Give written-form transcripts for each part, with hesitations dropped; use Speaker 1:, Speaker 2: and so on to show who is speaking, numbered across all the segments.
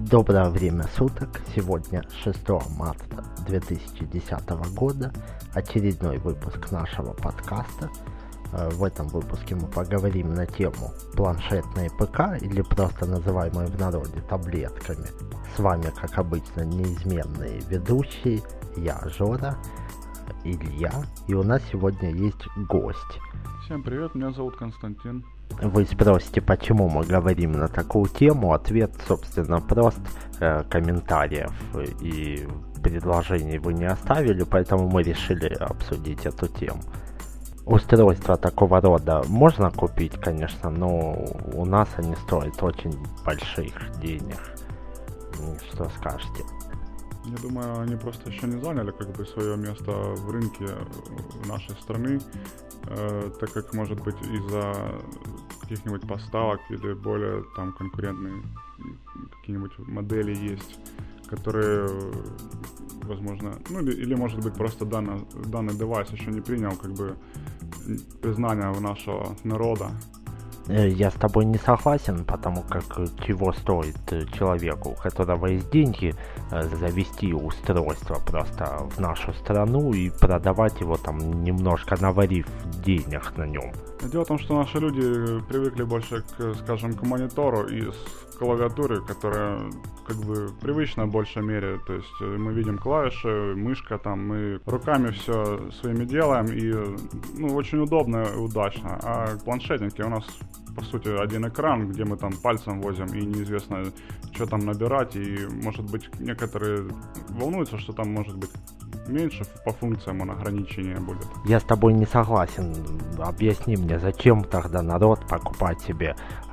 Speaker 1: Доброе время суток, сегодня 6 марта 2010 года, очередной выпуск нашего подкаста. В этом выпуске мы поговорим на тему планшетные ПК или просто называемые в народе таблетками. С вами, как обычно, неизменные ведущие, я Жора, Илья, и у нас сегодня есть гость.
Speaker 2: Всем привет, меня зовут Константин.
Speaker 1: Вы спросите, почему мы говорим на такую тему? Ответ, собственно, прост. Комментариев и предложений вы не оставили, поэтому мы решили обсудить эту тему. Устройства такого рода можно купить, конечно, но у нас они стоят очень больших денег. Что скажете?
Speaker 2: Я думаю, они просто еще не заняли свое место в рынке нашей страны, так как, может быть, из-за каких-нибудь поставок или более конкурентные какие-нибудь модели есть, которые, возможно, или может быть просто данный девайс еще не принял признания у нашего народа.
Speaker 1: Я с тобой не согласен, потому как чего стоит человеку, у которого есть деньги, завести устройство просто в нашу страну и продавать его немножко наварив денег на нем.
Speaker 2: Дело в том, что наши люди привыкли больше к монитору и клавиатуре, которая привычна в большей мере. То есть мы видим клавиши, мышка, мы руками все своими делаем и очень удобно и удачно. А планшетники у нас по сути один экран, где мы пальцем возим и неизвестно, что там набирать, и может быть некоторые волнуются, что там может быть меньше по функциям ограничения будет.
Speaker 1: Я с тобой не согласен. Объясни мне, зачем тогда народ покупать себе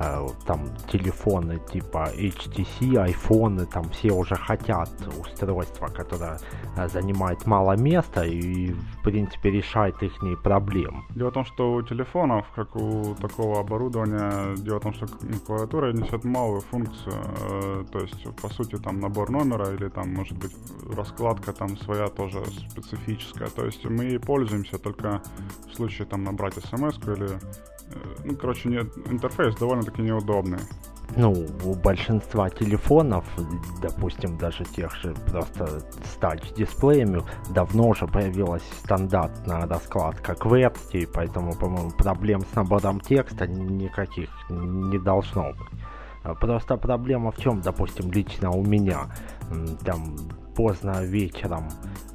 Speaker 1: телефоны типа HTC, айфоны, все уже хотят устройства, которое занимает мало места и в принципе решает их проблемы.
Speaker 2: Дело в том, что у телефонов, как у такого оборудования, дело в том, что клавиатура несет малую функцию, то есть по сути набор номера или может быть раскладка своя тоже специфическая, то есть мы ей пользуемся только в случае набрать смс-ку или интерфейс довольно-таки неудобный.
Speaker 1: У большинства телефонов, допустим, даже тех же просто с тач-дисплеями, давно уже появилась стандартная раскладка QWERTY, поэтому, по-моему, проблем с набором текста никаких не должно быть. Просто проблема в чем, допустим, лично у меня, поздно вечером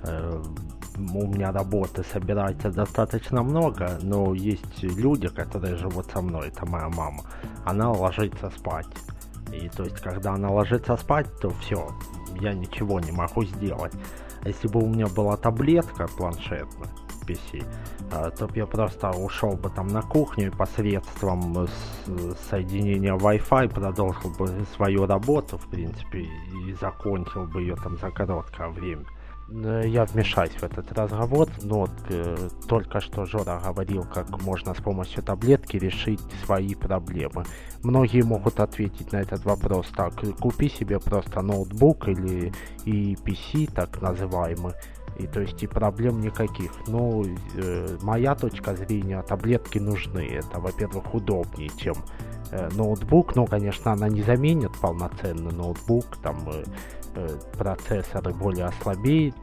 Speaker 1: у меня работы собирается достаточно много, но есть люди, которые живут со мной, это моя мама, она ложится спать. И то есть, когда она ложится спать, то все, я ничего не могу сделать. Если бы у меня была таблетка планшетная, PC, то я просто ушел бы на кухню и посредством соединения Wi-Fi продолжил бы свою работу, в принципе, и закончил бы ее за короткое время. Я вмешаюсь в этот разговор, но только что Жора говорил, как можно с помощью таблетки решить свои проблемы. Многие могут ответить на этот вопрос так: купи себе просто ноутбук или и PC, так называемый, и то есть и проблем никаких. Но моя точка зрения, таблетки нужны. Это, во-первых, удобнее, чем ноутбук. Конечно, она не заменит полноценный ноутбук, процессоры более ослабеют,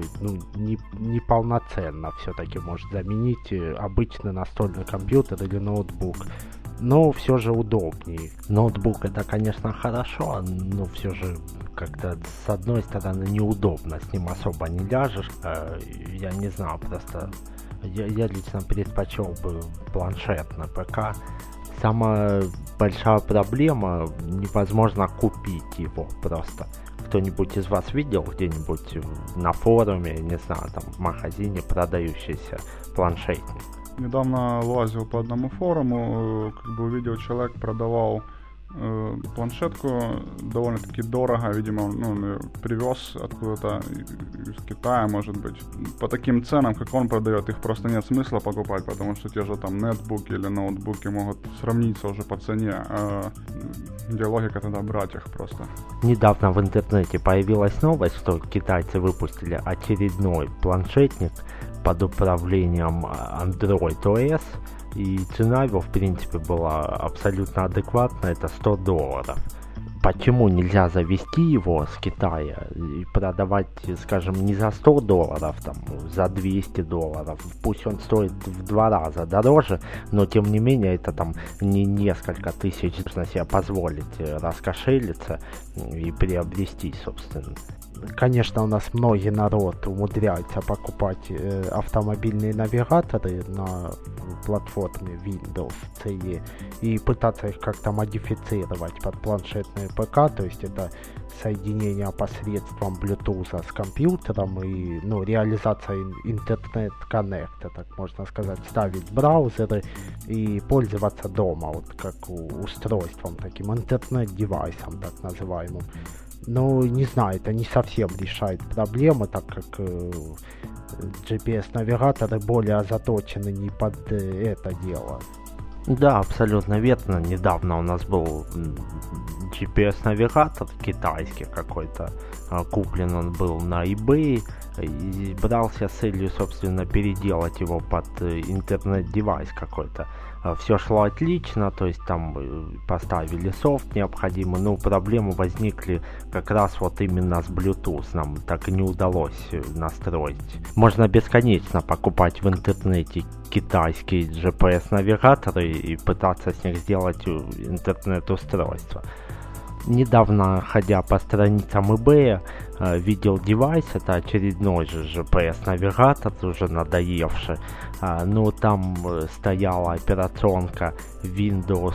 Speaker 1: не полноценно все-таки может заменить обычный настольный компьютер или ноутбук. Но все же удобнее. Ноутбук это, конечно, хорошо, но все же как-то с одной стороны неудобно, с ним особо не ляжешь. Я не знаю, просто я лично предпочел бы планшетный ПК. Самая большая проблема — невозможно купить его просто. Кто-нибудь из вас видел где-нибудь на форуме, не знаю, в магазине продающийся планшетник?
Speaker 2: Недавно лазил по одному форуму, увидел, человек продавал планшетку довольно-таки дорого, видимо, он привез откуда-то из Китая, может быть. По таким ценам, как он продает, их просто нет смысла покупать, потому что те же нетбуки или ноутбуки могут сравниться уже по цене, где логика тогда брать их просто.
Speaker 1: Недавно в интернете появилась новость, что китайцы выпустили очередной планшетник под управлением Android OS, и цена его в принципе была абсолютно адекватна, это $100. почему нельзя завести его с Китая и продавать, скажем, не за $100, там, за $200. Пусть он стоит в 2 раза дороже, но тем не менее это там не несколько тысяч, можно себе позволить раскошелиться и приобрести, собственно. Конечно, у нас многие народ умудряется покупать автомобильные навигаторы на платформе Windows CE и пытаться их как-то модифицировать под планшетные ПК, то есть это соединение посредством Bluetooth с компьютером и реализация интернет-коннекта, так можно сказать, ставить браузеры и пользоваться дома, вот как устройством, таким интернет-девайсом, так называемым. Ну, не знаю, это не совсем решает проблему, так как GPS-навигаторы более заточены не под это дело. Да, абсолютно верно. Недавно у нас был GPS-навигатор китайский какой-то. Куплен он был на eBay и брался с целью, собственно, переделать его под интернет-девайс какой-то. Все шло отлично, то есть там поставили софт необходимый, но проблемы возникли как раз вот именно с Bluetooth, нам так и не удалось настроить. Можно бесконечно покупать в интернете китайские GPS-навигаторы и пытаться с них сделать интернет-устройство. Недавно, ходя по страницам eBay, видел девайс, это очередной же GPS-навигатор, уже надоевший, но там стояла операционка Windows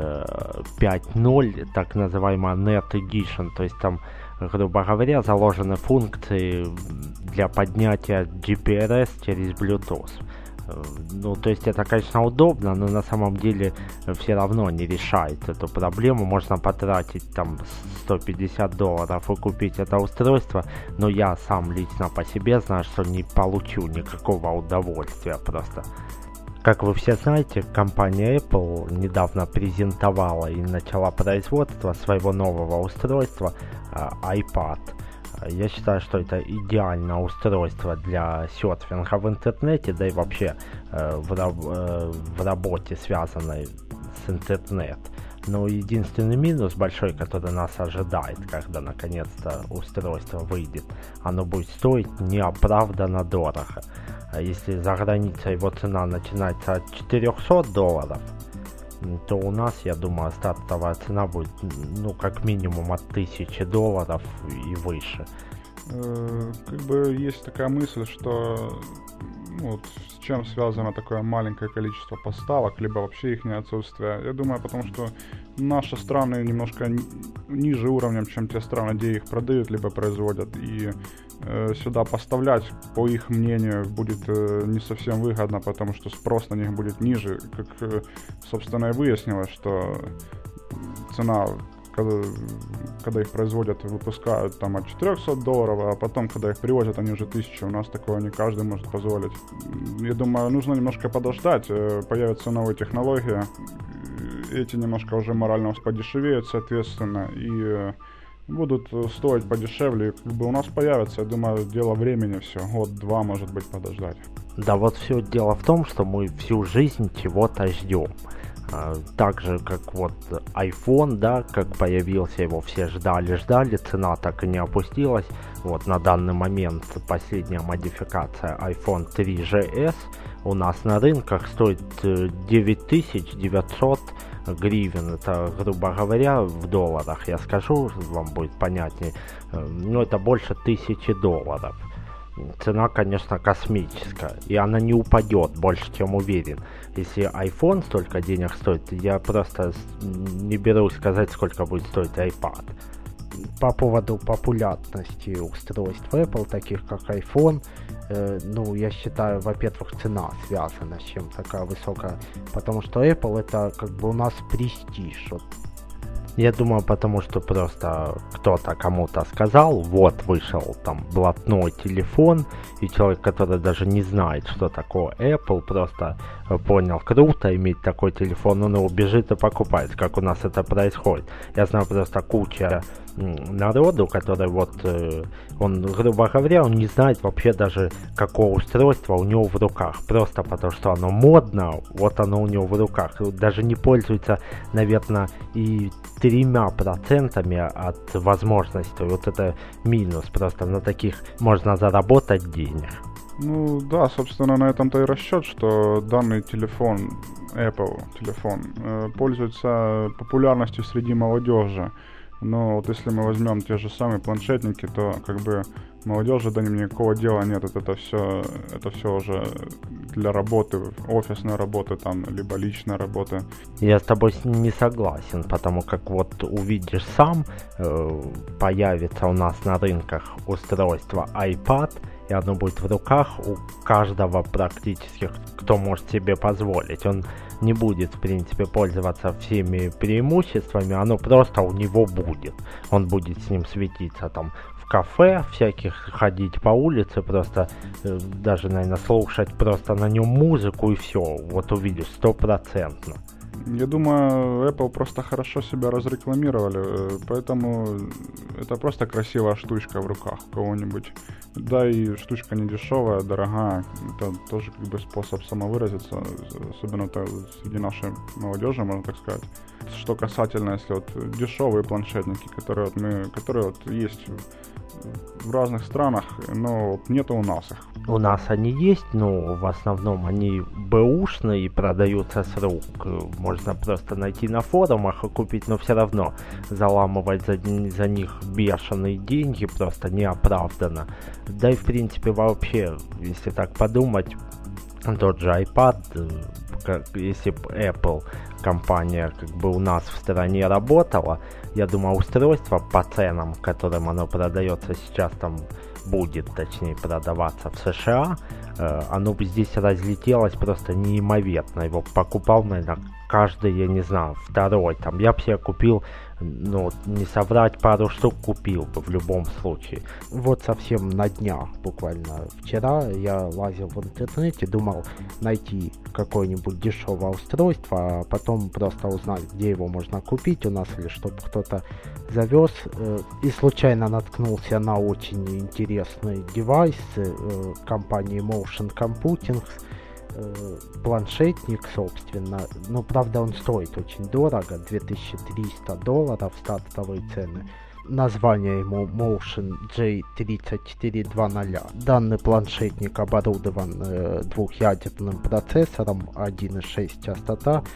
Speaker 1: 5.0, так называемая Net Edition, то есть там, грубо говоря, заложены функции для поднятия GPRS через Bluetooth. Ну, то есть это, конечно, удобно, но на самом деле все равно не решает эту проблему. Можно потратить там $150 и купить это устройство, но я сам лично по себе знаю, что не получу никакого удовольствия просто. Как вы все знаете, компания Apple недавно презентовала и начала производство своего нового устройства iPad. Я считаю, что это идеальное устройство для серфинга в интернете, да и вообще в работе, связанной с интернет. Но единственный минус большой, который нас ожидает, когда наконец-то устройство выйдет, оно будет стоить неоправданно дорого. Если за границей его цена начинается от $400, то у нас, я думаю, стартовая цена будет, как минимум от $1000 и выше.
Speaker 2: Как бы есть такая мысль, что с чем связано такое маленькое количество поставок, либо вообще их отсутствие. Я думаю, потому что наши страны немножко ниже уровнем, чем те страны, где их продают, либо производят, и сюда поставлять, по их мнению, будет не совсем выгодно, потому что спрос на них будет ниже. Как, собственно, и выяснилось, что цена, когда их производят, выпускают там от $400, а потом, когда их привозят, они уже 1000. У нас такого не каждый может позволить. Я думаю, нужно немножко подождать, появятся новые технологии, эти немножко уже морально подешевеют, соответственно, и будут стоить подешевле. Как бы у нас появится, я думаю, дело времени, все, год-два, может быть, подождать.
Speaker 1: Да, вот все дело в том, что мы всю жизнь чего-то ждем. Так же, как вот iPhone, да, как появился, его все ждали, цена так и не опустилась. Вот на данный момент последняя модификация iPhone 3GS у нас на рынках стоит 9900 гривен. Это, грубо говоря, в долларах, я скажу, вам будет понятнее, но это больше $1000. Цена, конечно, космическая, и она не упадет, больше чем уверен. Если iPhone столько денег стоит, я просто не берусь сказать, сколько будет стоить iPad. По поводу популярности устройств Apple, таких как iPhone, я считаю, во-первых, цена связана с чем такая высокая, потому что Apple это как бы у нас престиж. Я думаю, потому что просто кто-то кому-то сказал, вот вышел там блатной телефон, и человек, который даже не знает, что такое Apple, просто понял, круто иметь такой телефон, он его бежит и покупает, как у нас это происходит. Я знаю просто куча народу, который он, грубо говоря, он не знает вообще даже, какого устройства у него в руках, просто потому что оно модно, вот оно у него в руках, даже не пользуется, наверное, и 3% от возможностей. Вот это минус, просто на таких можно заработать денег.
Speaker 2: Ну да, собственно, на этом-то и расчет, что данный телефон, Apple телефон, пользуется популярностью среди молодежи. Но вот если мы возьмем те же самые планшетники, то как бы молодежи до них никакого дела нет. Это все уже для работы, офисной работы там, либо личной работы.
Speaker 1: Я с тобой не согласен, потому как вот увидишь сам, появится у нас на рынках устройство iPad, и оно будет в руках у каждого практически, кто может себе позволить. Он не будет, в принципе, пользоваться всеми преимуществами, оно просто у него будет. Он будет с ним светиться там в кафе всяких, ходить по улице, просто даже, наверное, слушать просто на нем музыку и все. Вот увидишь 100%.
Speaker 2: Я думаю, Apple просто хорошо себя разрекламировали, поэтому это просто красивая штучка в руках у кого-нибудь. Да, и штучка не дешевая, дорогая, это тоже как бы способ самовыразиться, особенно среди нашей молодежи, можно так сказать. Что касательно, если вот дешевые планшетники, которые есть в разных странах, но вот нету у нас их.
Speaker 1: У нас они есть, но в основном они бэушные и продаются с рук. Можно просто найти на форумах и купить, но все равно заламывать за них бешеные деньги просто неоправданно. Да и в принципе вообще, если так подумать, тот же iPad, если бы Apple компания как бы у нас в стране работала, я думаю, устройство по ценам, которым оно продается сейчас, там будет, точнее, продаваться в США, оно бы здесь разлетелось просто неимоверно. Его покупал, наверное, каждый, я не знаю, второй. Там я бы себе купил, ну, не соврать, пару штук купил бы в любом случае. Вот совсем на днях, буквально вчера, я лазил в интернете, думал найти какое-нибудь дешевое устройство, а потом просто узнать, где его можно купить у нас, или чтобы кто-то завез. И случайно наткнулся на очень интересный девайс компании Motion Computing. Планшетник, собственно, но правда он стоит очень дорого, $2300 стартовые цены. Название ему Motion J3420. Данный планшетник оборудован двухъядерным процессором, 1.6 частота,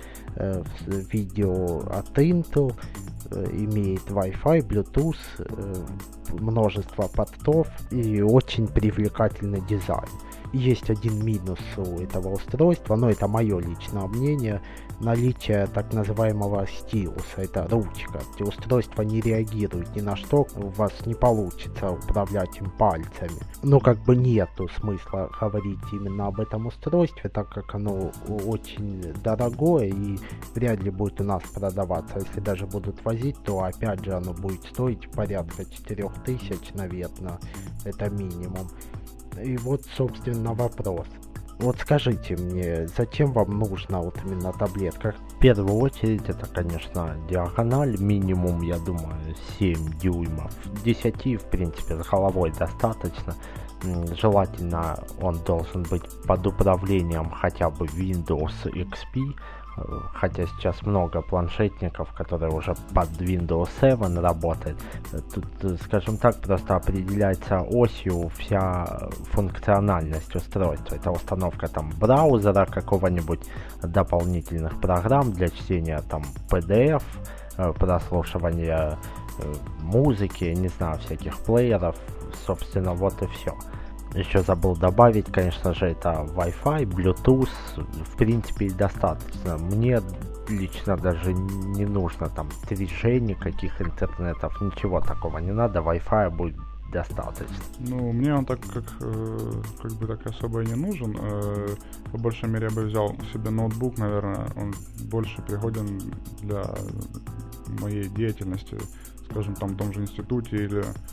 Speaker 1: видео от Intel, имеет Wi-Fi, Bluetooth, множество портов и очень привлекательный дизайн. Есть один минус у этого устройства, но это мое личное мнение, наличие так называемого стилуса, это ручка. Устройство не реагирует ни на что, у вас не получится управлять им пальцами. Но как бы нету смысла говорить именно об этом устройстве, так как оно очень дорогое и вряд ли будет у нас продаваться. Если даже будут возить, то опять же оно будет стоить порядка 4000, наверное, это минимум. И вот, собственно, вопрос. Вот скажите мне, зачем вам нужна вот именно таблетка? В первую очередь, это, конечно, диагональ, минимум, я думаю, 7 дюймов. 10, в принципе, с головой достаточно. Желательно он должен быть под управлением хотя бы Windows XP. Хотя сейчас много планшетников, которые уже под Windows 7 работают. Тут, скажем так, просто определяется осью вся функциональность устройства. Это установка там браузера, какого-нибудь дополнительных программ для чтения там PDF, прослушивания музыки, не знаю, всяких плееров. Собственно, вот и все. Еще забыл добавить, конечно же, это Wi-Fi, Bluetooth, в принципе, и достаточно. Мне лично даже не нужно там 3G, никаких интернетов, ничего такого не надо, Wi-Fi будет достаточно.
Speaker 2: Ну, мне он так как бы так особо и не нужен. По большей мере, я бы взял себе ноутбук, наверное, он больше пригоден для моей деятельности, скажем, там в том же институте или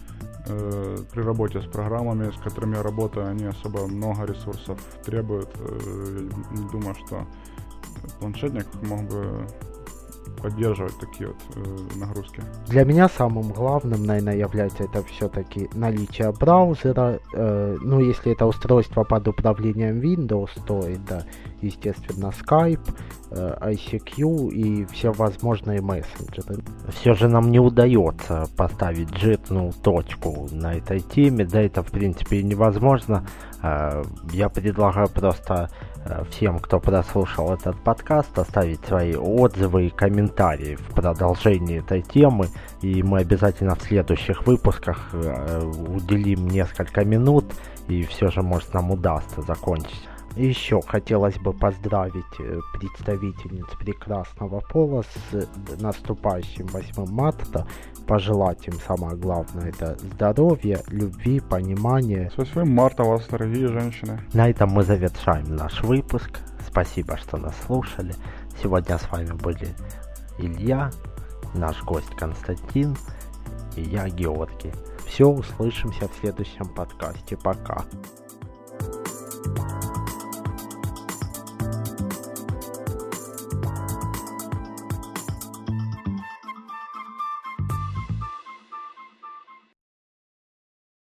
Speaker 2: при работе с программами, с которыми я работаю, они особо много ресурсов требуют. Не думаю, что планшетник мог бы поддерживать такие вот нагрузки.
Speaker 1: Для меня самым главным, наверное, является это все-таки наличие браузера. Ну, если это устройство под управлением Windows, то это, естественно, Skype, ICQ и все возможные мессенджеры. Все же нам не удается поставить жирную точку на этой теме, да это в принципе и невозможно. Я предлагаю просто всем, кто прослушал этот подкаст, оставить свои отзывы и комментарии в продолжении этой темы, и мы обязательно в следующих выпусках уделим несколько минут, и все же, может, нам удастся закончить. И еще хотелось бы поздравить представительниц прекрасного пола с наступающим 8 марта, пожелать им самое главное — это здоровья, любви, понимания.
Speaker 2: С 8 марта вас, дорогие женщины.
Speaker 1: На этом мы завершаем наш выпуск. Спасибо, что нас слушали. Сегодня с вами были Илья, наш гость Константин и я, Георгий. Все, услышимся в следующем подкасте. Пока.